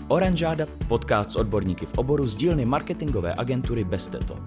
Oranžáda, podcast s odborníky v oboru z dílny marketingové agentury Besteto.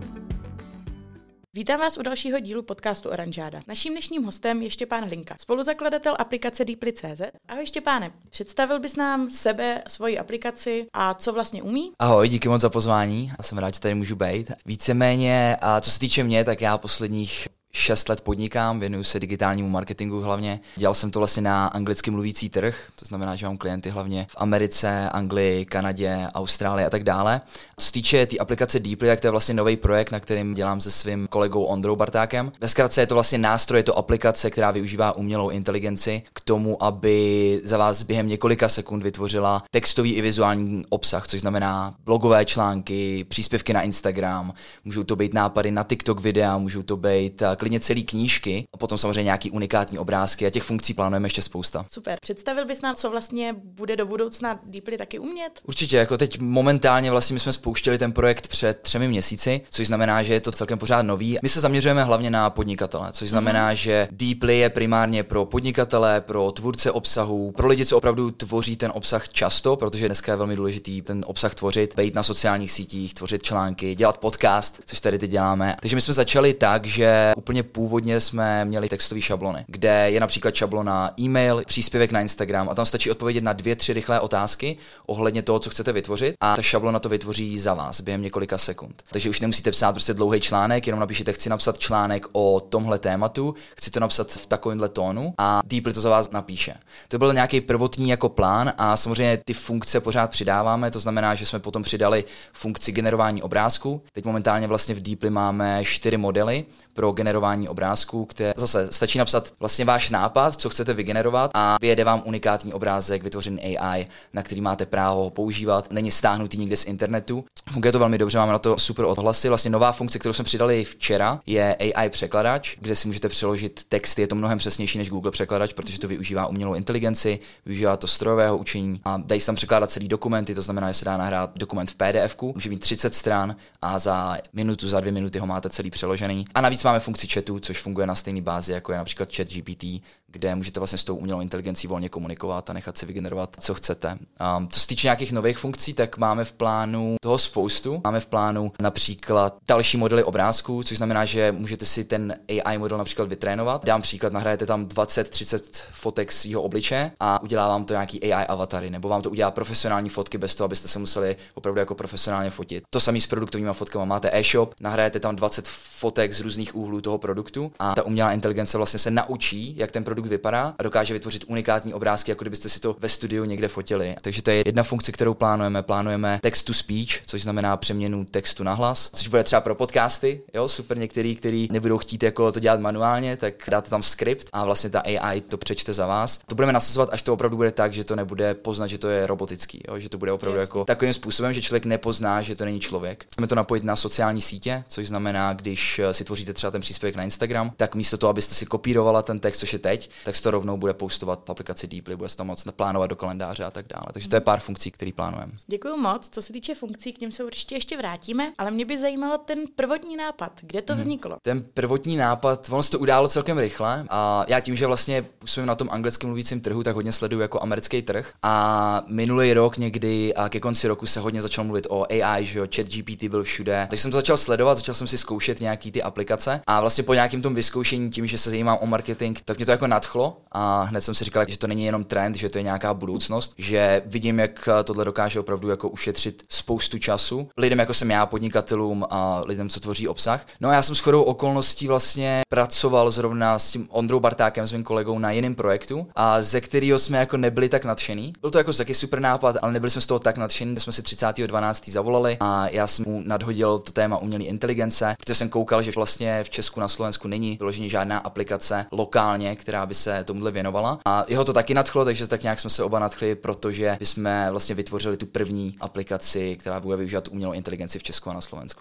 Vítám vás u dalšího dílu podcastu Oranžáda. Naším dnešním hostem je Štěpán Hlinka, spoluzakladatel aplikace Deeply.cz. Ahoj Štěpáne, představil bys nám sebe, svoji aplikaci a co vlastně umí? Ahoj, díky moc za pozvání a jsem rád, že tady můžu být. Víceméně, a co se týče mě, tak já posledních 6 let podnikám, věnuju se digitálnímu marketingu hlavně. Dělal jsem to vlastně na anglicky mluvící trh, to znamená, že mám klienty hlavně v Americe, Anglii, Kanadě, Austrálii a tak dále. Co se týče té aplikace Deeply, tak to je vlastně nový projekt, na kterým dělám se svým kolegou Ondrou Bartákem. Ve zkratce je to vlastně nástroj, je to aplikace, která využívá umělou inteligenci k tomu, aby za vás během několika sekund vytvořila textový i vizuální obsah, což znamená blogové články, příspěvky na Instagram, můžou to být nápady na TikTok videa, můžou to být klidně celý knížky a potom samozřejmě nějaký unikátní obrázky a těch funkcí plánujeme ještě spousta. Super. Představil bys nám, co vlastně bude do budoucna Deeply taky umět? Určitě, jako teď momentálně vlastně my jsme spouštěli ten projekt před 3 měsíci, což znamená, že je to celkem pořád nový. My se zaměřujeme hlavně na podnikatele, což znamená, že Deeply je primárně pro podnikatele, pro tvůrce obsahu, pro lidi, co opravdu tvoří ten obsah často, protože dneska je velmi důležitý ten obsah tvořit, být na sociálních sítích, tvořit články, dělat podcast, což tady teď děláme. Takže my jsme začali tak, že úplně původně jsme měli textové šablony, kde je například šablona e-mail, příspěvek na Instagram a tam stačí odpovědět na 2-3 rychlé otázky ohledně toho, co chcete vytvořit a ta šablona to vytvoří za vás během několika sekund. Takže už nemusíte psát prostě dlouhý článek, jenom napíšete, chci napsat článek o tomhle tématu, chci to napsat v takovémhle tónu a Deeply to za vás napíše. To byl nějaký prvotní jako plán a samozřejmě ty funkce pořád přidáváme, to znamená, že jsme potom přidali funkci generování obrázku. Teď momentálně vlastně v Deeply máme 4 modely pro generování obrázků, které zase stačí napsat vlastně váš nápad, co chcete vygenerovat a vyjede vám unikátní obrázek vytvořený AI, na který máte právo ho používat. Není stáhnutý nikde z internetu. Funguje to velmi dobře, máme na to super odhlasy. Vlastně nová funkce, kterou jsme přidali včera, je AI překladač, kde si můžete přeložit texty. Je to mnohem přesnější než Google překladač, protože to využívá umělou inteligenci, využívá to strojového učení a dají se tam překládat celý dokumenty, to znamená, že se dá nahrát dokument v PDFku, může mít 30 stran a za minutu, za 2 minuty ho máte celý přeložený. A navíc máme funkci chatu, což funguje na stejné bázi, jako je například ChatGPT, kde můžete vlastně s tou umělou inteligencí volně komunikovat a nechat si vygenerovat, co chcete. Co se týče nějakých nových funkcí, tak máme v plánu toho spoustu. Máme v plánu například další modely obrázků, což znamená, že můžete si ten AI model například vytrénovat. Dám příklad, nahrajete tam 20-30 fotek svého obličeje a udělá vám to nějaký AI avatary, nebo vám to udělá profesionální fotky bez toho, abyste se museli opravdu jako profesionálně fotit. To samé s produktovými fotkami. Máte e-shop, nahrajete tam 20 fotek z různých úhlů toho produktu a ta umělá inteligence vlastně se naučí, jak ten produkt vypadá a dokáže vytvořit unikátní obrázky, jako kdybyste si to ve studiu někde fotili. Takže to je jedna funkce, kterou plánujeme. Plánujeme text to speech, což znamená přeměnu textu na hlas, což bude třeba pro podcasty, jo, super některý, kteří nebudou chtít jako to dělat manuálně, tak dáte tam skript a vlastně ta AI to přečte za vás. To budeme nasazovat, až to opravdu bude tak, že to nebude poznat, že to je robotický, jo, že to bude opravdu jako takovým způsobem, že člověk nepozná, že to není člověk. Chceme to napojit na sociální sítě, což znamená, když si tvoříte třeba ten příspěvek na Instagram, tak místo toho, abyste si kopírovala ten text, což je teď, tak se to rovnou bude postovat v aplikaci Deeply, bude se to moc naplánovat do kalendáře a tak dále. Takže to je pár funkcí, které plánujeme. Děkuju moc. Co se týče funkcí, k něm se určitě ještě vrátíme, ale mě by zajímalo ten prvotní nápad. Kde to vzniklo? Ten prvotní nápad, ono se to událo celkem rychle a já tím, že vlastně působím na tom anglickém mluvícím trhu, tak hodně sleduju jako americký trh a minulý rok někdy a ke konci roku se hodně začalo mluvit o AI, že jo, ChatGPT byl všude. Takže jsem to začal sledovat, začal jsem si zkoušet nějaký ty aplikace a vlastně po nějakém tom vyzkoušení tím, že se zajímám o marketing, tak mě to jako nadchlo a hned jsem si říkal, že to není jenom trend, že to je nějaká budoucnost, že vidím, jak tohle dokáže opravdu jako ušetřit spoustu času lidem, jako jsem já, podnikatelům a lidem, co tvoří obsah. No a já jsem shodou okolností vlastně pracoval zrovna s tím Ondrou Bartákem, s mým kolegou na jiném projektu a ze kterého jsme jako nebyli tak nadšení. Byl to jako taky super nápad, ale nebyli jsme z toho tak nadšení, že jsme si 30.12. zavolali a já jsem mu nadhodil to téma umělé inteligence, protože jsem koukal, že vlastně v Česku na Slovensku není vyloženě žádná aplikace lokálně, která by se tomuhle věnovala. A jeho to taky nadchlo, takže tak nějak jsme se oba nadchli, protože jsme vlastně vytvořili tu první aplikaci, která bude využívat umělou inteligenci v Česku a na Slovensku.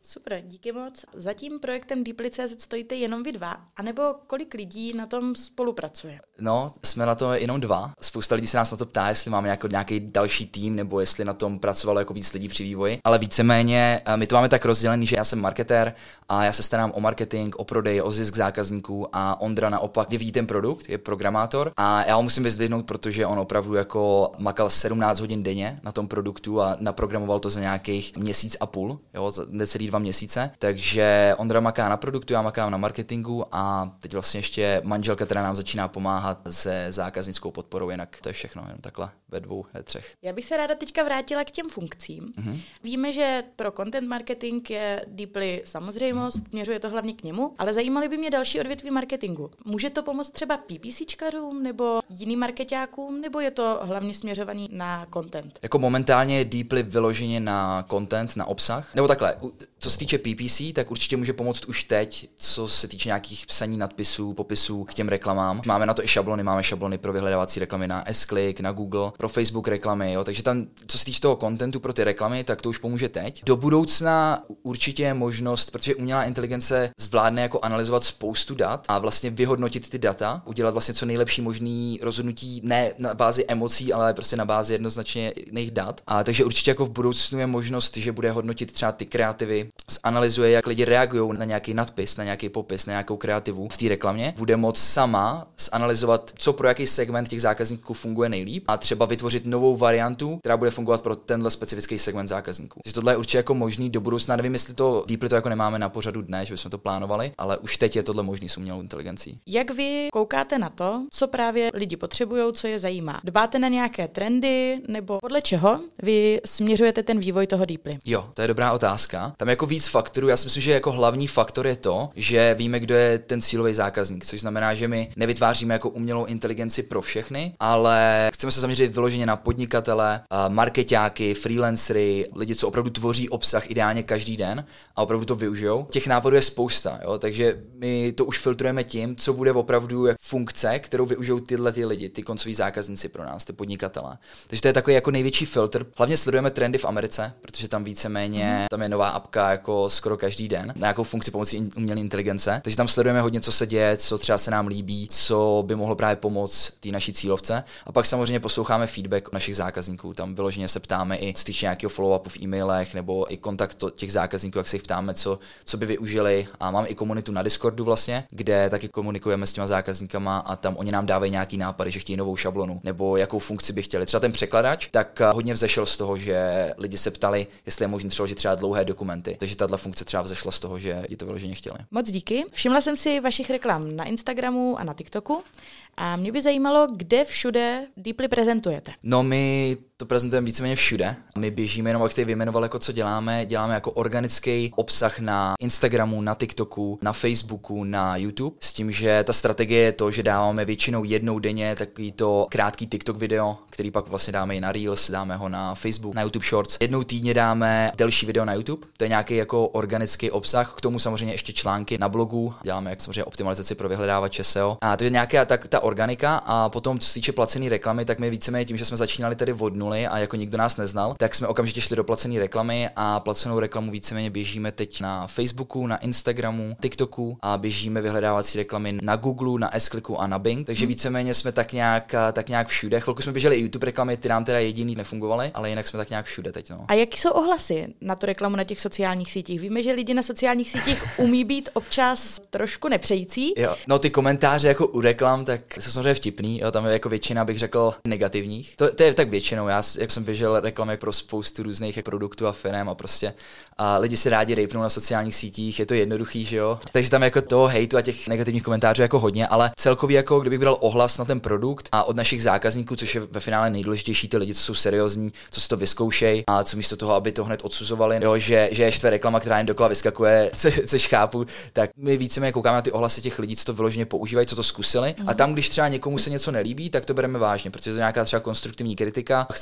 Super, díky moc. Za tím projektem Deeply.cz stojíte jenom vy dva, anebo kolik lidí na tom spolupracuje? No, jsme na to jenom dva. Spousta lidí se nás na to ptá, jestli máme nějaký další tým, nebo jestli na tom pracovalo jako víc lidí při vývoji. Ale víceméně my to máme tak rozdělený, že já jsem marketér a já se starám o marketing, o prodej, o zisk zákazníků a Ondra naopak vyvíjí ten produkt, je programátor a já ho musím vyzdvihnout, protože on opravdu jako makal 17 hodin denně na tom produktu a naprogramoval to za nějakých měsíc a půl, jo, za necelý 2 měsíce. Takže Ondra maká na produktu, já makám na marketingu a teď vlastně ještě manželka, která nám začíná pomáhat se zákaznickou podporou, jinak to je všechno, jenom takhle ve 2, ve 3. Já bych se ráda teďka vrátila k těm funkcím. Víme, že pro content marketing je Deeply samozřejmost, směřuje to hlavně k němu, ale zajímaly by mě další odvětví marketingu. Může to pomoct třeba PPCčkařům nebo jiným marketákům, nebo je to hlavně směřovaný na content? Jako momentálně je Deeply vyloženě na content, na obsah. Nebo takhle, co se týče PPC, tak určitě může pomoct už teď, co se týče nějakých psaní nadpisů, popisů k těm reklamám. Máme na to i šablony, máme šablony pro vyhledávací reklamy na S-Click, na Google, pro Facebook reklamy, jo. Takže tam, co se týče toho contentu pro ty reklamy, tak to už pomůže teď. Do budoucna určitě je možnost, protože umělá inteligence zvládne jako analyzovat spoustu dat a vlastně vyhodnotit ty data, udělat vlastně co nejlepší možný rozhodnutí, ne na bázi emocí, ale prostě na bázi jednoznačně jiných dat. A takže určitě jako v budoucnu je možnost, že bude hodnotit třeba ty kreativy, zanalyzuje, jak lidi reagují na nějaký nadpis, na nějaký popis, na nějakou kreativu v té reklamě, bude moct sama zanalyzovat, co pro jaký segment těch zákazníků funguje nejlíp a třeba vytvořit novou variantu, která bude fungovat pro tenhle specifický segment zákazníků. Takže tohle je určitě jako možný do budoucna. Nevím, jestli to Deeply to jako nemáme na pořadu dne, že bychom to plánovali, ale už teď je tohle možný s umělou inteligencí. Jak vy koukáte na to, co právě lidi potřebují, co je zajímá? Dbáte na nějaké trendy nebo podle čeho vy směřujete ten vývoj toho Deeply? Jo, to je dobrá otázka. Tam jako víc faktorů. Já si myslím, že jako hlavní faktor je to, že víme, kdo je ten cílový zákazník, což znamená, že my nevytváříme jako umělou inteligenci pro všechny, ale chceme se zaměřit vyloženě na podnikatele, markeťáky, freelancery, lidi, co opravdu tvoří obsah ideálně každý den a opravdu to využijou. Těch nápadů je spousta, jo? Takže my to už filtrujeme tím, co bude opravdu funkce, kterou využijou tyhle ty lidi, ty koncoví zákazníci pro nás, ty podnikatelé. Takže to je takový jako největší filtr. Hlavně sledujeme trendy v Americe, protože tam víceméně tam je nová apka jako skoro každý den, na nějakou funkci pomocí umělé inteligence. Takže tam sledujeme hodně, co se děje, co třeba se nám líbí, co by mohlo právě pomoct té naší cílovce. A pak samozřejmě posloucháme feedback našich zákazníků. Tam vyloženě se ptáme i co týče nějakého follow-upu v e-mailech nebo i kontakt těch zákazníků, jak se jich ptáme, co by využili. A máme i komunitu na Discordu vlastně, kde taky komunikujeme s těma zákazníkama a tam oni nám dávají nějaký nápady, že chtějí novou šablonu nebo jakou funkci by chtěli. Třeba ten překladač, tak hodně vzešel z toho, že lidi se ptali, jestli je možné přeložit třeba dlouhé dokumenty. Takže tahle funkce třeba vzešla z toho, že lidi to vyloženě chtěli. Moc díky. Všimla jsem si vašich reklam na Instagramu a na TikToku. A mě by zajímalo, kde všude Deeply prezentujete. No my to prezentujeme víceméně všude. My běžíme, jenom jak tady vyjmenoval, jako co děláme. Děláme jako organický obsah na Instagramu, na TikToku, na Facebooku, na YouTube. S tím, že ta strategie je to, že dáváme většinou jednou denně takový to krátký TikTok video, který pak vlastně dáme i na Reels, dáme ho na Facebook, na YouTube Shorts. Jednou týdně dáme delší video na YouTube. To je nějaký jako organický obsah. K tomu samozřejmě ještě články na blogu. Děláme jak samozřejmě optimalizaci pro vyhledávače SEO. A to je nějaká ta organika a potom co se týče placené reklamy, tak my víceméně tím, že jsme začínali tady od nuly a jako nikdo nás neznal, tak jsme okamžitě šli do placené reklamy a placenou reklamu víceméně běžíme teď na Facebooku, na Instagramu, TikToku a běžíme vyhledávací reklamy na Google, na S-Clicku a na Bing, takže víceméně jsme tak nějak všude. Chvilku jsme běželi i YouTube reklamy, ty nám teda jediný nefungovaly, ale jinak jsme tak nějak všude teď, no. A jaký jsou ohlasy na tu reklamu na těch sociálních sítích? Víme, že lidi na sociálních sítích umí být občas trošku nepřející. Jo, no ty komentáře jako u reklam, tak jsou samozřejmě vtipný, jo, tam je jako většina, bych řekl, negativních. To je tak většinou, já jak jsem běžel reklamy pro spoustu různých produktů a firem a prostě a lidi si rádi rejpnou na sociálních sítích, je to jednoduchý, že jo. Takže tam jako toho hejtu a těch negativních komentářů jako hodně, ale celkově jako kdybych bral ohlas na ten produkt a od našich zákazníků, což je ve finále nejdůležitější, ty lidi, co jsou seriózní, co si to vyzkoušejí a co místo toho, aby to hned odsuzovali, jo, že je štve reklama, která jen dokola vyskakuje, což chápu, tak my víceméně koukáme na ty ohlasy těch lidí, co to vyloženě používají, co to zkusili a tam, když třeba někomu se něco nelíbí, tak to bereme vážně, protože to je nějaká třeba konstruktivní kritika. Chceme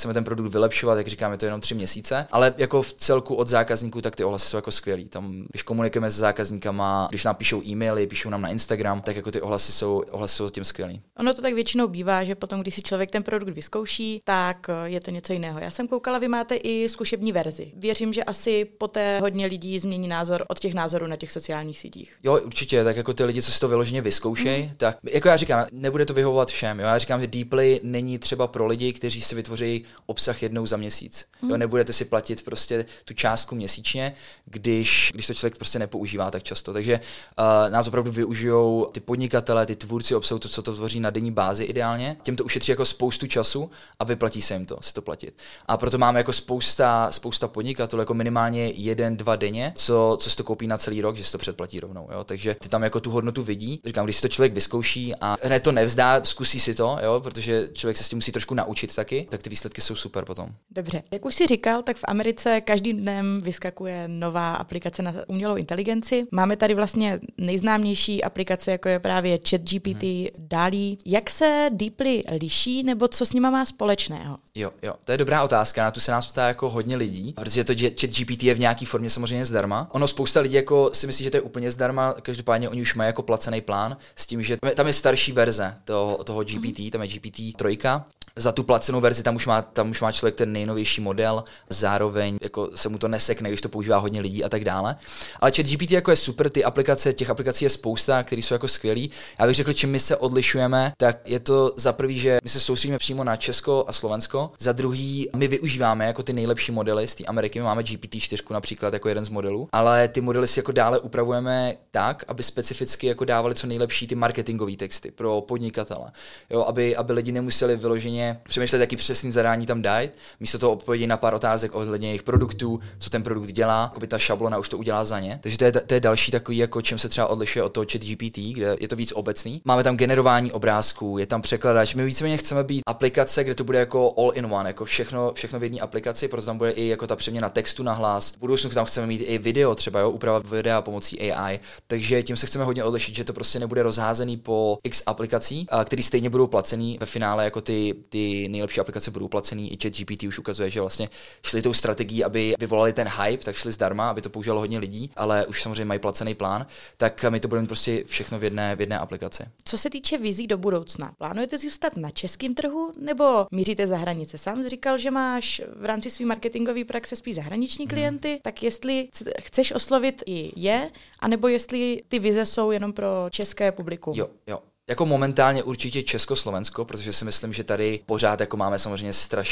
chceme ten produkt vylepšovat, jak říkám, je to jenom 3 měsíce, ale jako v celku od zákazníků, tak ty ohlasy jsou jako skvělý. Tam, když komunikujeme s zákazníkama, když nám píšou e-maily, píšou nám na Instagram, tak jako ty ohlasy jsou tím skvělý. Ono to tak většinou bývá, že potom, když si člověk ten produkt vyzkouší, tak je to něco jiného. Já jsem koukala, vy máte i zkušební verzi. Věřím, že asi poté hodně lidí změní názor od těch názorů na těch sociálních sítích. Jo, určitě, tak jako ty lidi, co si to vyloženě vyzkoušejí, tak jako já říkám, nebude to vyhovovat všem. Jo? Já říkám, že Dplay není třeba pro lidi, kteří si vytvoří obsah jednou za měsíc. Jo? Nebudete si platit prostě tu částku měsíčně, když to člověk prostě nepoužívá tak často. Takže nás opravdu využijou ty podnikatelé, ty tvůrci obsahu, to, co to tvoří na denní bázi ideálně. Těm to ušetří jako spoustu času a vyplatí se jim to, si to platit. A proto máme jako spousta podnikatelů, jako minimálně 1-2 denně, co si to koupí na celý rok, že si to předplatí rovnou. Jo? Takže ty tam jako tu hodnotu vidí. Říkám, když si to člověk vyzkouší a hned to nevzdá, zkusí si to, jo? Protože člověk se s tím musí trošku naučit taky, tak ty výsledky jsou super potom. Dobře. Jak už si říkal, tak v Americe každým dnem vyskakuje nová aplikace na umělou inteligenci. Máme tady vlastně nejznámější aplikace, jako je právě ChatGPT, DALL-E. Jak se Dplay liší, nebo co s nima má společného? Jo, to je dobrá otázka, na tu se nás ptá jako hodně lidí, protože to ChatGPT je v nějaký formě samozřejmě zdarma. Ono spousta lidí jako si myslí, že to je úplně zdarma, každopádně oni už mají jako placený plán s tím, že tam je starší verze toho GPT, tam je GPT-3. Za tu placenou verzi tam už má člověk ten nejnovější model, zároveň jako se mu to nesekne, když to používá hodně lidí a tak dále. Ale ChatGPT jako je super, těch aplikací je spousta, které jsou jako skvělý. Já bych řekl, čím my se odlišujeme, tak je to za prvý, že my se soustředíme přímo na Česko a Slovensko, za druhý my využíváme jako ty nejlepší modely z té Ameriky, my máme GPT-4 například jako jeden z modelů, ale ty modely si jako dále upravujeme tak, aby specificky jako dávali co nejlepší ty marketingové texty pro podnikatele. Jo, aby lidi nemuseli vyloženě přemýšlet, jaký přesný zadání tam dají, místo toho odpovědět na pár otázek ohledně jejich produktů, co ten produkt dělá, jako by ta šablona už to udělá za ně. Takže to je další takový, jako čím se třeba odlišuje od toho ChatGPT, kde je to víc obecný. Máme tam generování obrázků, je tam překladač. My víceméně chceme být aplikace, kde to bude jako all in one, jako všechno v jedné aplikaci, proto tam bude i jako ta přeměna textu na hlas. V budoucnu tam chceme mít i video, třeba úprava videa pomocí AI. Takže tím se chceme hodně odlišit, že to prostě nebude rozházený po X aplikací, které stejně budou placený ve finále, jako ty nejlepší aplikace budou placený. I ChatGPT už ukazuje, že vlastně šli tou strategií, aby vyvolali ten hype, tak šli zdarma, aby to používalo hodně lidí, ale už samozřejmě mají placený plán, tak my to budeme prostě všechno v jedné aplikaci. Co se týče vizí do budoucna, plánujete zůstat na českém trhu nebo míříte za hranice? Sám jsi říkal, že máš v rámci své marketingové praxe spíš zahraniční klienty, tak jestli chceš oslovit i je, anebo jestli ty vize jsou jenom pro české publikum? Jo. Jako momentálně určitě Československo, protože si myslím, že tady pořád jako máme samozřejmě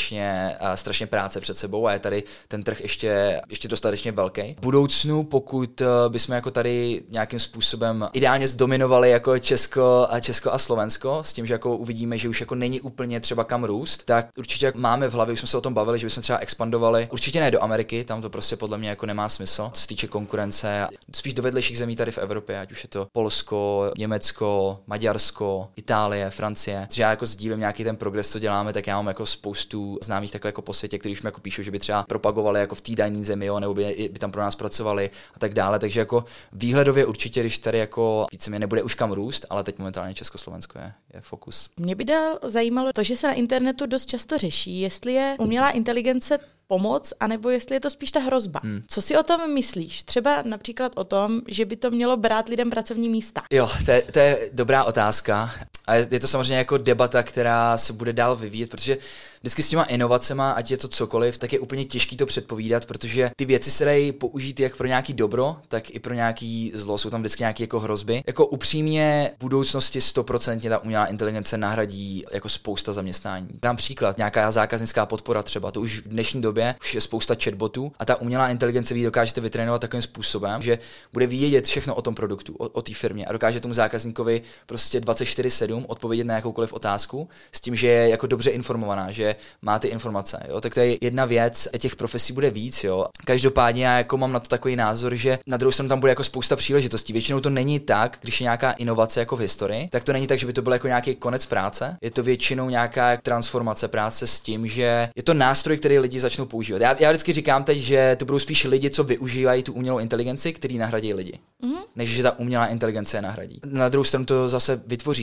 strašně práce před sebou a je tady ten trh ještě dostatečně velký. V budoucnu, pokud bychom jako tady nějakým způsobem ideálně zdominovali jako Česko a Slovensko, s tím, že jako uvidíme, že už jako není úplně třeba kam růst, tak určitě máme v hlavě, už jsme se o tom bavili, že bychom třeba expandovali, určitě ne do Ameriky, tam to prostě podle mě jako nemá smysl, co se týče konkurence, spíš do vedlejších zemí tady v Evropě, ať už je to Polsko, Německo, Maďarsko, Itálie, Francie. Že já jako sdílím nějaký ten progres, co děláme, tak já mám jako spoustu známých takhle jako po světě, kteří už mi jako píšou, že by třeba propagovali jako v té daní zemi, jo, nebo by tam pro nás pracovali a tak dále. Takže jako výhledově určitě, když tady jako víceméně nebude už kam růst, ale teď momentálně Československo je fokus. Mě by dál zajímalo to, že se na internetu dost často řeší, jestli je umělá inteligence pomoc, anebo jestli je to spíš ta hrozba. Co si o tom myslíš? Třeba například o tom, že by to mělo brát lidem pracovní místa. Jo, to je dobrá otázka. A je to samozřejmě jako debata, která se bude dál vyvíjet, protože vždycky s těma inovacema, ať je to cokoliv, tak je úplně těžký to předpovídat, protože ty věci se dají použít jak pro nějaký dobro, tak i pro nějaký zlo. Jsou tam vždycky nějaké jako hrozby. Jako upřímně v budoucnosti 100% ta umělá inteligence nahradí jako spousta zaměstnání. Dám příklad, nějaká zákaznická podpora třeba, to už v dnešní době už je spousta chatbotů a ta umělá inteligence vy dokážete vytrénovat takovým způsobem, že bude vědět všechno o tom produktu, o té firmě a dokáže tomu zákazníkovi prostě 24/7 odpovědět na jakoukoliv otázku s tím, že je jako dobře informovaná, že má ty informace, jo. Tak to je jedna věc, těch profesí bude víc, jo. Každopádně já jako mám na to takový názor, že na druhou stranu tam bude jako spousta příležitostí. Většinou to není tak, když je nějaká inovace jako v historii, tak to není tak, že by to byl jako nějaký konec práce. Je to většinou nějaká transformace práce s tím, že je to nástroj, který lidi začnou používat. Já vždycky říkám teď, že to budou spíš lidi, co využívají tu umělou inteligenci, který nahradí lidi, než že ta umělá inteligence je nahradí. Na druhou stranu to zase vytvoří spousta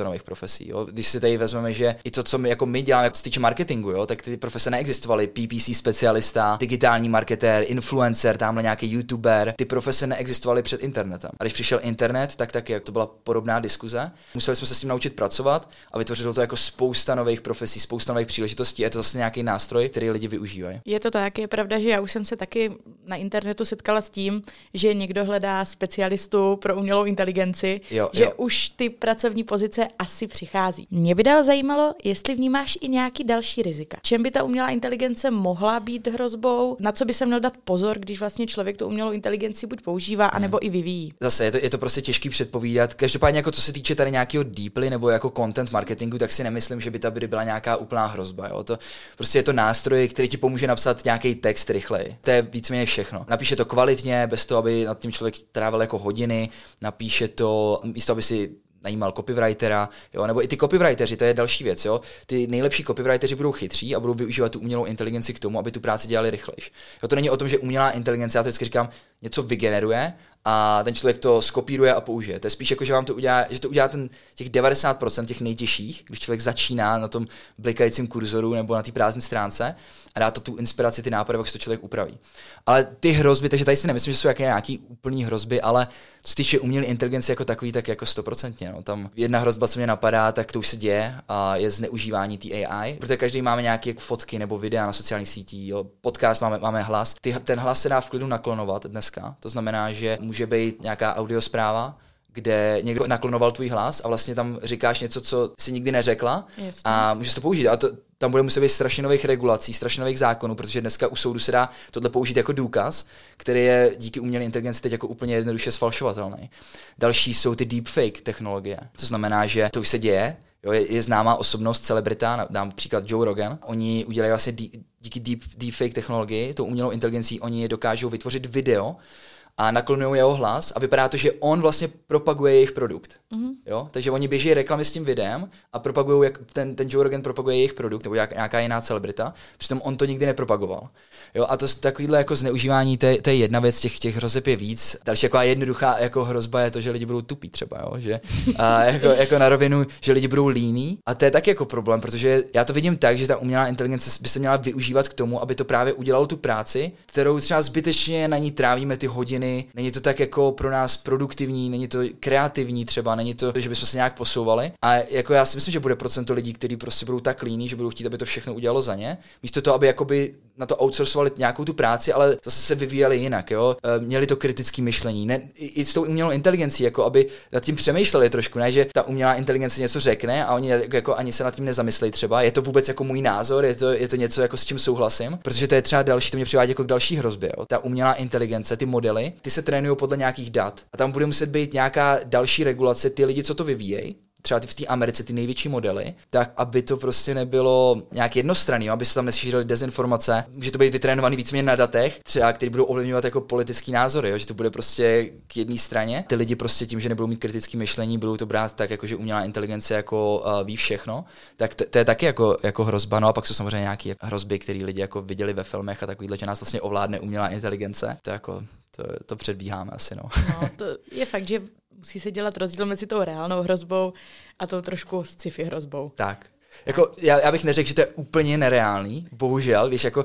nových profesí. Jo? Když si tady vezmeme, že i to, co my děláme, jako se týče marketingu, jo? Tak ty profese neexistovaly. PPC specialista, digitální marketér, influencer, tamhle nějaký youtuber, ty profese neexistovaly před internetem. A když přišel internet, tak taky to byla podobná diskuze. Museli jsme se s tím naučit pracovat a vytvořilo to jako spousta nových profesí, spousta nových příležitostí. Je to zase nějaký nástroj, který lidi využívají. Je to tak, je pravda, že já už jsem se taky na internetu setkala s tím, že někdo hledá specialistu pro umělou inteligenci, že už ty pracovní pozice asi přichází. Mě by dál zajímalo, jestli vnímáš i nějaký další rizika. Čem by ta umělá inteligence mohla být hrozbou, na co by se měl dát pozor, když vlastně člověk tu umělou inteligenci buď používá, anebo i vyvíjí. Zase je to prostě těžký předpovídat. Každopádně jako co se týče tady nějakého deeply nebo jako content marketingu, tak si nemyslím, že by tady byla nějaká úplná hrozba. Jo? To prostě je to nástroj, který ti pomůže napsat nějaký text rychleji. To je víceméně všechno. Napíše to kvalitně, bez toho, aby nad tím člověk trávil jako hodiny, napíše to místo, aby si najímal copywritera, jo, nebo i ty copywriteri, to je další věc, jo. Ty nejlepší copywriteri budou chytří a budou využívat tu umělou inteligenci k tomu, aby tu práci dělali rychlejš. Jo, to není o tom, že umělá inteligence, já to vždycky říkám, něco vygeneruje a ten člověk to skopíruje a použije. To je spíš jako, že vám to udělá, že to udělá těch 90% těch nejtěžších, když člověk začíná na tom blikajícím kurzoru nebo na té prázdné stránce a dá to tu inspiraci, ty nápady, pak se to člověk upraví. Ale ty hrozby, takže tady si nemyslím, že jsou nějaký úplný hrozby, ale co se týče umělé inteligence jako takový, tak jako 100%. No. Tam jedna hrozba, co mě napadá, tak to už se děje a je zneužívání té AI, protože každý máme nějaké jako fotky nebo videa na sociálních sítích, jo. Podcast máme hlas. Ten hlas se dá v klidu naklonovat dneska. To znamená, že může být nějaká audiospráva, kde někdo naklonoval tvůj hlas a vlastně tam říkáš něco, co si nikdy neřekla. Jasně. A můžeš to použít. A tam bude muset být strašně nových regulací, strašně nových zákonů, protože dneska u soudu se dá tohle použít jako důkaz, který je díky umělé inteligenci teď jako úplně jednoduše sfalšovatelný. Další jsou ty deepfake technologie. To znamená, že to už se děje. Jo, je známá osobnost, celebrita, dám příklad Joe Rogan. Oni udělají vlastně díky deepfake technologii, tou umělou inteligencí, oni dokážou vytvořit video a naklonují jeho hlas a vypadá to, že on vlastně propaguje jejich produkt. Mm-hmm. Jo? Takže oni běží reklamy s tím videem a propagují, jak ten Joe Rogan propaguje jejich produkt nebo nějaká jiná celebrita, přitom on to nikdy nepropagoval. Jo? A to takovýhle jako zneužívání, to je jedna věc, těch hrozeb je víc. Další jako jednoduchá jako hrozba je to, že lidi budou tupí třeba, jo? Že jako na rovinu, že lidi budou líní a to je taky jako problém, protože já to vidím tak, že ta umělá inteligence by se měla využívat k tomu, aby to právě udělalo tu práci, kterou třeba zbytečně na ní trávíme ty hodiny. Není to tak jako pro nás produktivní, není to kreativní třeba, není to, že bychom se nějak posouvali. A jako já si myslím, že bude procento lidí, kteří prostě budou tak líní, že budou chtít, aby to všechno udělalo za ně. Místo toho, aby jakoby na to outsourcovali nějakou tu práci, ale zase se vyvíjeli jinak, jo. Měli to kritické myšlení. Ne, i s tou umělou inteligencí, jako aby nad tím přemýšleli trošku, ne, že ta umělá inteligence něco řekne a oni jako ani se nad tím nezamyslejí třeba. Je to vůbec jako můj názor, je to něco jako s čím souhlasím, protože to je třeba další, to mě přivádí jako k další hrozbě, jo. Ta umělá inteligence, ty modely, ty se trénují podle nějakých dat. A tam bude muset být nějaká další regulace, ty lidi, co to vyvíjejí, třeba v té Americe ty největší modely, tak aby to prostě nebylo nějak jednostranný, aby se tam nešířily dezinformace, může to být vytrénovaný víceméně na datech, třeba který budou ovlivňovat jako politický názory, jo? Že to bude prostě k jedné straně. Ty lidi prostě tím, že nebudou mít kritické myšlení, budou to brát tak, jako že umělá inteligence jako ví všechno, tak to je taky jako hrozba. No a pak jsou samozřejmě nějaké hrozby, které lidi jako viděli ve filmech a takovýhle, že nás vlastně ovládne umělá inteligence. To jako to předbíháme asi, no. No, to je fakt, že musí se dělat rozdíl mezi tou reálnou hrozbou a tou trošku sci-fi hrozbou. Tak. Jako, já bych neřekl, že to je úplně nereálný, bohužel, když jako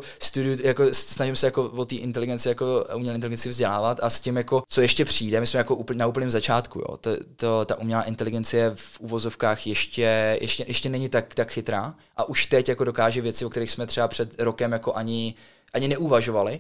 snažím se jako o té inteligenci, jako umělé inteligenci vzdělávat a s tím jako, co ještě přijde, my jsme jako na úplném začátku, jo. Ta umělá inteligence je v uvozovkách ještě není tak chytrá a už teď jako dokáže věci, o kterých jsme třeba před rokem jako ani neuvažovali.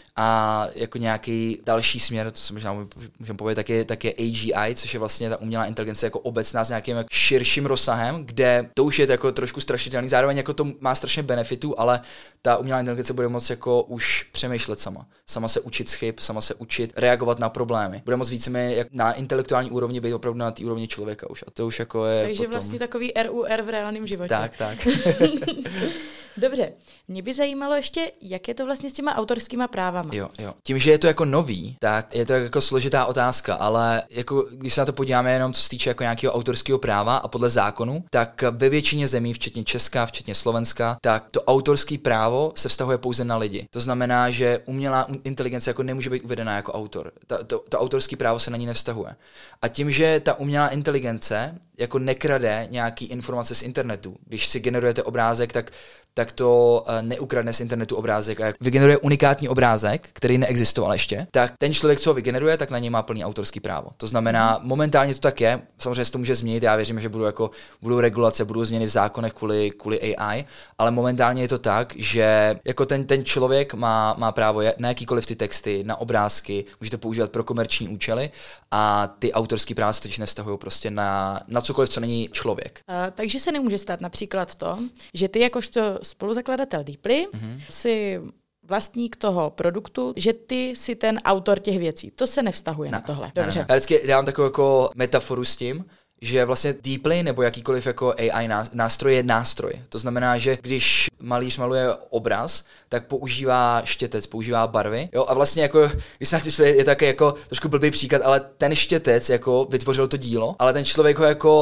A jako nějaký další směr, to se možná můžeme povědět, tak je AGI, což je vlastně ta umělá inteligence jako obecná s nějakým jako širším rozsahem, kde to už je jako trošku strašidelný, zároveň jako to má strašně benefitů, ale ta umělá inteligence bude moct jako už přemýšlet sama se učit z chyb, sama se učit reagovat na problémy. Bude moct víceméně na intelektuální úrovni být opravdu na té úrovni člověka už. A to už jako je takže potom vlastně takový RUR v reálném životě. Tak. Dobře, mě by zajímalo ještě, jak je to vlastně s těma autorskýma právama. Jo. Tím, že je to jako nový, tak je to jako složitá otázka, ale jako když se na to podíváme jenom co se týče jako nějakého autorského práva a podle zákonu, tak ve většině zemí, včetně Česka, včetně Slovenska, tak to autorský právo se vztahuje pouze na lidi. To znamená, že umělá inteligence jako nemůže být uvedena jako autor. To autorský právo se na ní nevztahuje. A tím, že ta umělá inteligence jako nekrade nějaký informace z internetu, když si generujete obrázek, tak to neukradne z internetu obrázek a jak vygeneruje unikátní obrázek, který neexistoval ještě, tak ten člověk, co ho vygeneruje, tak na něj má plný autorský právo. To znamená, momentálně to tak je, samozřejmě se to může změnit, já věřím, že budou regulace, budou změny v zákonech kvůli AI, ale momentálně je to tak, že jako ten člověk má právo na jakýkoliv ty texty, na obrázky, může to používat pro komerční účely a ty autorský práva se totiž nevztahují prostě na cokoliv, co není člověk. Takže se nemůže stát například to, že ty jakožto spoluzakladatel Deeply si vlastník toho produktu, že ty si ten autor těch věcí. To se nevztahuje na tohle. Dobře. Já vždycky dám takovou jako metaforu s tím, že vlastně Deeply nebo jakýkoliv jako AI nástroj je nástroj. To znamená, že když malíř maluje obraz, tak používá štětec, používá barvy. Jo? A vlastně jako, když se na to je taky jako trošku blbý příklad, ale ten štětec jako vytvořil to dílo, ale ten člověk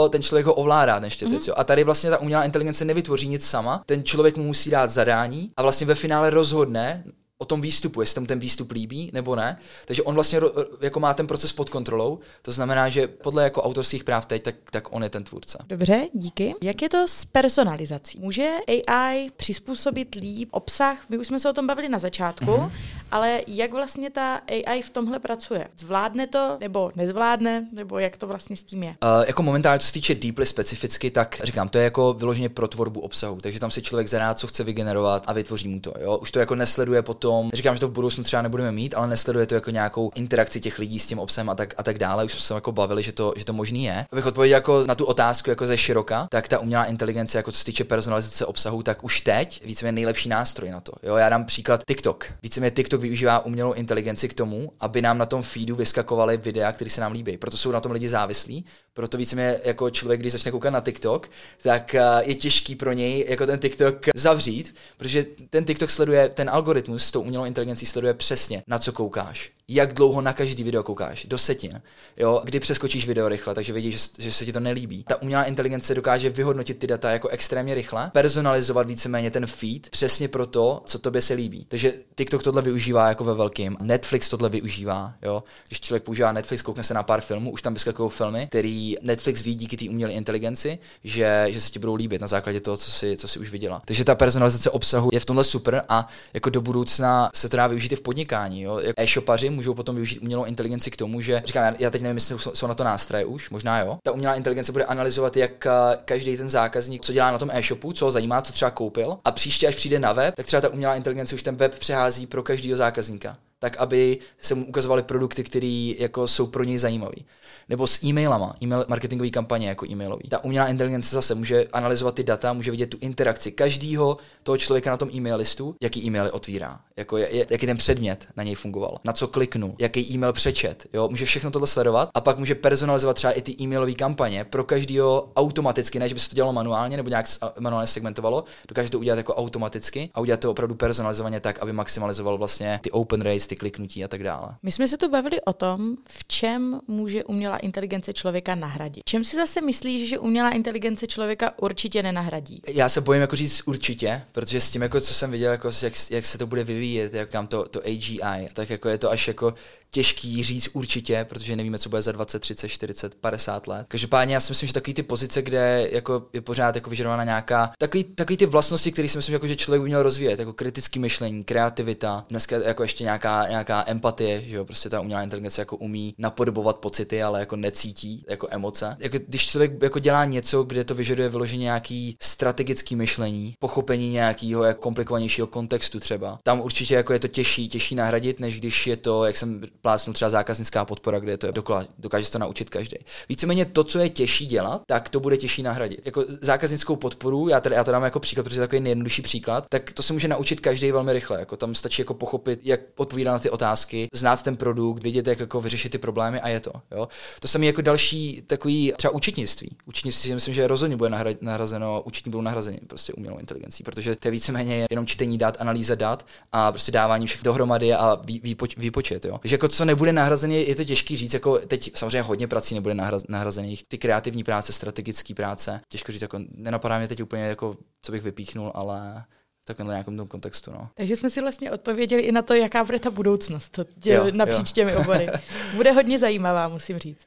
ho ovládá, ten štětec. Jo? A tady vlastně ta umělá inteligence nevytvoří nic sama, ten člověk mu musí dát zadání a vlastně ve finále rozhodne o tom výstupu, jestli mu ten výstup líbí nebo ne. Takže on vlastně jako má ten proces pod kontrolou. To znamená, že podle jako autorských práv teď, tak on je ten tvůrce. Dobře, díky. Jak je to s personalizací? Může AI přizpůsobit líp obsah? My už jsme se o tom bavili na začátku, ale jak vlastně ta AI v tomhle pracuje? Zvládne to nebo nezvládne? Nebo jak to vlastně s tím je? Jako momentálně, co se týče Deeply specificky, tak říkám, to je jako vyloženě pro tvorbu obsahu. Takže tam si člověk zadá, co chce vygenerovat a vytvoří mu to. Jo? Už to jako nesleduje potom. Neříkám, že to v budoucnu třeba nebudeme mít, ale nesleduje to jako nějakou interakci těch lidí s tím obsahem a tak dále. Už jsme se jako bavili, že to možný je. Abych odpověděl jako na tu otázku jako ze široka, tak ta umělá inteligence, jako co se týče personalizace obsahu, tak už teď víceméně nejlepší nástroj na to. Jo, já dám příklad TikTok. Víceméně TikTok využívá umělou inteligenci k tomu, aby nám na tom feedu vyskakovaly videa, které se nám líbí. Proto jsou na tom lidi závislí. Proto víceméně jako člověk, když začne koukat na TikTok, tak je těžký pro něj jako ten TikTok zavřít, protože ten TikTok sleduje ten algoritmus s tou umělou inteligencí sleduje přesně, na co koukáš, jak dlouho na každý video koukáš, do setin, jo, kdy přeskočíš video rychle, takže vidíš, že se ti to nelíbí. Ta umělá inteligence dokáže vyhodnotit ty data jako extrémně rychle, personalizovat víceméně ten feed přesně pro to, co tobě se líbí. Takže TikTok tohle využívá jako ve velkým, Netflix tohle využívá, jo. Když člověk používá Netflix, koukne se na pár filmů, už tam vyskakují filmy, který Netflix ví díky té umělé inteligenci, že se ti budou líbit na základě toho, co si už viděla. Takže ta personalizace obsahu je v tomhle super a jako do budoucna se to dá využít i v podnikání, jo. E-shopaři můžou potom využít umělou inteligenci k tomu, že říkám, já teď nevím, jestli jsou na to nástroje už, možná jo. Ta umělá inteligence bude analyzovat, jak každý ten zákazník, co dělá na tom e-shopu, co ho zajímá, co třeba koupil, a příště, až přijde na web, tak třeba ta umělá inteligence už ten web přehází pro každého zákazníka, tak aby se mu ukazovaly produkty, které jako jsou pro něj zajímavé. Nebo s e-mailama, e-mail marketingové kampaně jako e-mailový. Ta umělá inteligence zase může analyzovat ty data, může vidět tu interakci každého toho člověka na tom e-mail listu, jaký e-maily otvírá, jako jaký ten předmět na něj fungoval, na co kliknu, jaký e-mail přečet, jo, může všechno tohle sledovat a pak může personalizovat třeba i ty e-mailové kampaně pro každého automaticky, ne že by se to dělalo manuálně nebo nějak manuálně segmentovalo, dokáže to udělat jako automaticky a udělat to opravdu personalizovaně tak, aby maximalizoval vlastně ty open rates, ty kliknutí a tak dále. My jsme se tu bavili o tom, v čem může umělá inteligence člověka nahradit. Čem si zase myslíš, že umělá inteligence člověka určitě nenahradí? Já se bojím jako říct určitě, protože s tím, jako co jsem viděl, jako jak se to bude vyvíjet, jak kam to AGI, tak jako je to až jako těžký říct určitě, protože nevíme, co bude za 20, 30, 40, 50 let. Každopádně já si myslím, že takový ty pozice, kde jako je pořád jako vyžadována nějaká takový ty vlastnosti, které si myslím, jako, že člověk by měl rozvíjet, jako kritické myšlení, kreativita, dneska jako ještě nějaká empatie, že jo, prostě ta umělá inteligence jako umí napodobovat pocity, ale jako necítí jako emoce. Jako když člověk jako dělá něco, kde to vyžaduje vyloženě nějaký strategický myšlení, pochopení nějakého jako komplikovanějšího kontextu třeba. Tam určitě jako je to těžší nahradit, než když je to, jak jsem plácnu třeba zákaznická podpora, kde to je dokola, dokáže se to naučit každý. Víceméně to, co je těžší dělat, tak to bude těžší nahradit. Jako zákaznickou podporu, já to dám jako příklad, protože to je takový nejjednodušší příklad, tak to se může naučit každý velmi rychle. Jako tam stačí jako pochopit, jak odpovídat na ty otázky, znát ten produkt, vědět, jak jako vyřešit ty problémy a je to. Jo? To samé jako další takový třeba účetnictví. Účetnictví si myslím, že rozhodně bude nahrazeno, účetní budou nahrazeni prostě umělou inteligencí, protože to je víceméně jenom čtení dat, analýza dat a prostě dávání všech dohromady a výpočet. Jo? Takže jako co nebude nahrazený, je to těžký říct, jako teď samozřejmě hodně prací nebude nahrazených. Ty kreativní práce, strategické práce, těžko říct, jako nenapadá mě teď úplně jako co bych vypíchnul, ale takovém nějakém tom kontextu. No. Takže jsme si vlastně odpověděli i na to, jaká bude ta budoucnost napříč těmi obory. Bude hodně zajímavá, musím říct.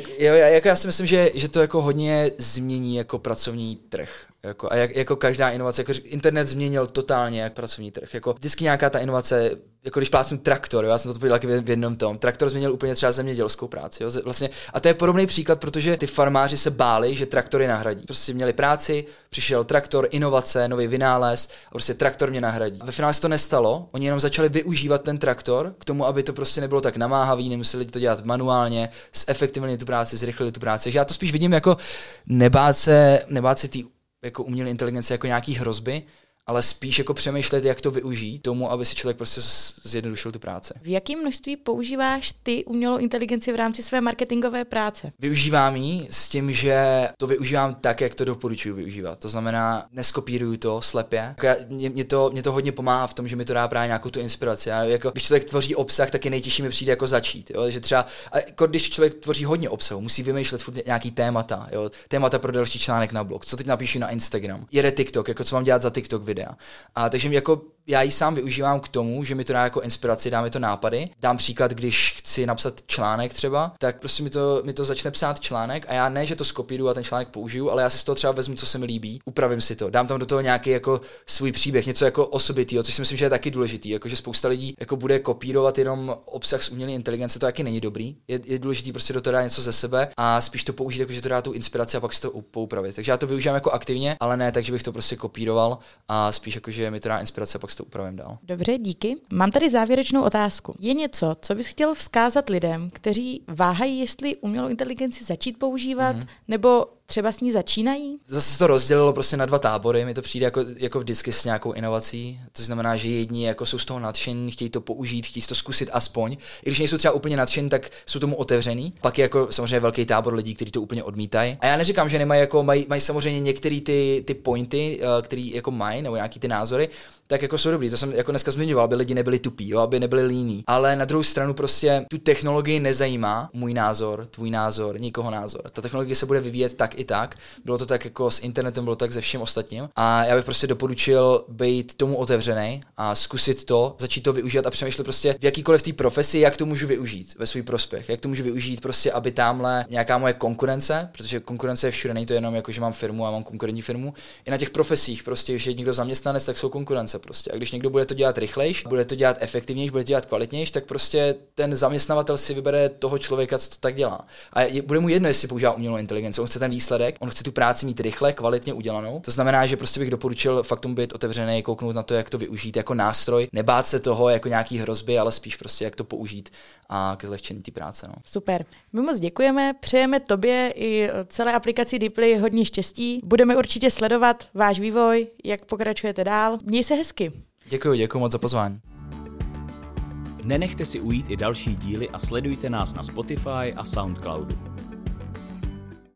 Já si myslím, že to jako hodně změní jako pracovní trh. Jako, a jako každá inovace, jako internet změnil totálně jak pracovní trh. Jako vždycky nějaká ta inovace, jako když plácnu traktor, já jsem to pověděl taky v jednom tom. Traktor změnil úplně třeba zemědělskou práci. Jo? Vlastně, a to je podobný příklad, protože ty farmáři se báli, že traktory nahradí. Prostě měli práci, přišel traktor, inovace, nový vynález a prostě traktor mě nahradí. A ve finále se to nestalo, oni jenom začali využívat ten traktor k tomu, aby to prostě nebylo tak namáhavý, nemuseli to dělat manuálně, zefektivnili tu práci, zrychlili tu práci. Takže já to spíš vidím jako nebát se té jako umělé inteligence jako nějaký hrozby, ale spíš jako přemýšlet, jak to využít tomu, aby si člověk prostě zjednodušil tu práci. V jakém množství používáš ty umělou inteligenci v rámci své marketingové práce? Využívám ji s tím, že to využívám tak, jak to doporučuji využívat. To znamená, neskopíruju to slepě. Mě to hodně pomáhá v tom, že mi to dá právě nějakou tu inspiraci. Jako, když člověk tvoří obsah, tak je nejtěžší mi přijde jako začít. Jo? Že třeba, jako když člověk tvoří hodně obsahu, musí vymýšlet furt nějaký témata. Jo? Témata pro další článek na blog. Co teď napíšu na Instagram? Jede TikTok, jako co mám dělat za TikTok videa. A takže jako já ji sám využívám k tomu, že mi to dá jako inspiraci, dá mi to nápady. Dám příklad, když chci napsat článek třeba, tak prostě mi to začne psát článek a já ne, že to skopíruju a ten článek použiju, ale já si z toho třeba vezmu, co se mi líbí, upravím si to, dám tam do toho nějaký jako svůj příběh, něco jako osobitýho, což si myslím, že je taky důležitý, jako že spousta lidí jako bude kopírovat jenom obsah z umělé inteligence, to taky není dobrý. Je důležitý prostě do toho dát něco ze sebe a spíš to použít, jako že to dá tu inspiraci a pak si to poupravit. Takže já to využívám jako aktivně, ale ne tak, že bych to prostě kopíroval a spíš jako že mi to dá inspirace a pak si to upravím dál. Dobře, díky. Mám tady závěrečnou otázku. Je něco, co bys chtěl vzkázat lidem, kteří váhají, jestli umělou inteligenci začít používat, nebo třeba s ní začínají? Zase se to rozdělilo prostě na dva tábory, mi to přijde jako vždycky s nějakou inovací, to znamená, že jedni jako jsou z toho nadšení, chtějí to použít, chtějí to zkusit aspoň, i když nejsou třeba úplně nadšení, tak jsou tomu otevřený. Pak je jako samozřejmě velký tábor lidí, kteří to úplně odmítají. A já neříkám, že nemají jako mají samozřejmě některé ty pointy, který jako mají, nebo nějaký ty názory, tak jako jsou dobrý. To jsem jako dneska zmiňoval, aby lidi nebyli tupí, jo, aby nebyli líní. Ale na druhou stranu prostě tu technologii nezajímá můj názor, tvůj názor, nikoho názor. Ta technologie se bude vyvíjet tak i tak. Bylo to tak jako s internetem, bylo tak se vším ostatním. A já bych prostě doporučil být tomu otevřený a zkusit to, začít to využít a přemýšlet prostě v jakýkoliv té profesi, jak to můžu využít ve svůj prospěch. Jak to můžu využít prostě, aby tamhle nějaká moje konkurence, protože konkurence je všude, není to jenom jako, že mám firmu a mám konkurentní firmu. I na těch profesích prostě, když je někdo zaměstnanec, tak jsou konkurence prostě. A když někdo bude to dělat rychlejš, bude to dělat efektivnější, bude to dělat kvalitnější, tak prostě ten zaměstnavatel si vybere toho člověka, co to tak dělá. A bude mu jedno, jestli používá umělou inteligenci. On chce ten výsledek, on chce tu práci mít rychle, kvalitně udělanou. To znamená, že prostě bych doporučil fakt tomu být otevřený, kouknout na to, jak to využít jako nástroj, nebát se toho jako nějaký hrozby, ale spíš prostě jak to použít a ke zlehčení té práce. No. Super. My moc děkujeme, přejeme tobě i celé aplikaci Deeply hodně štěstí. Budeme určitě sledovat váš vývoj, jak pokračujete dál. Měj se hezky. Děkuji moc za pozvání. Nenechte si ujít i další díly a sledujte nás na Spotify a Soundcloudu.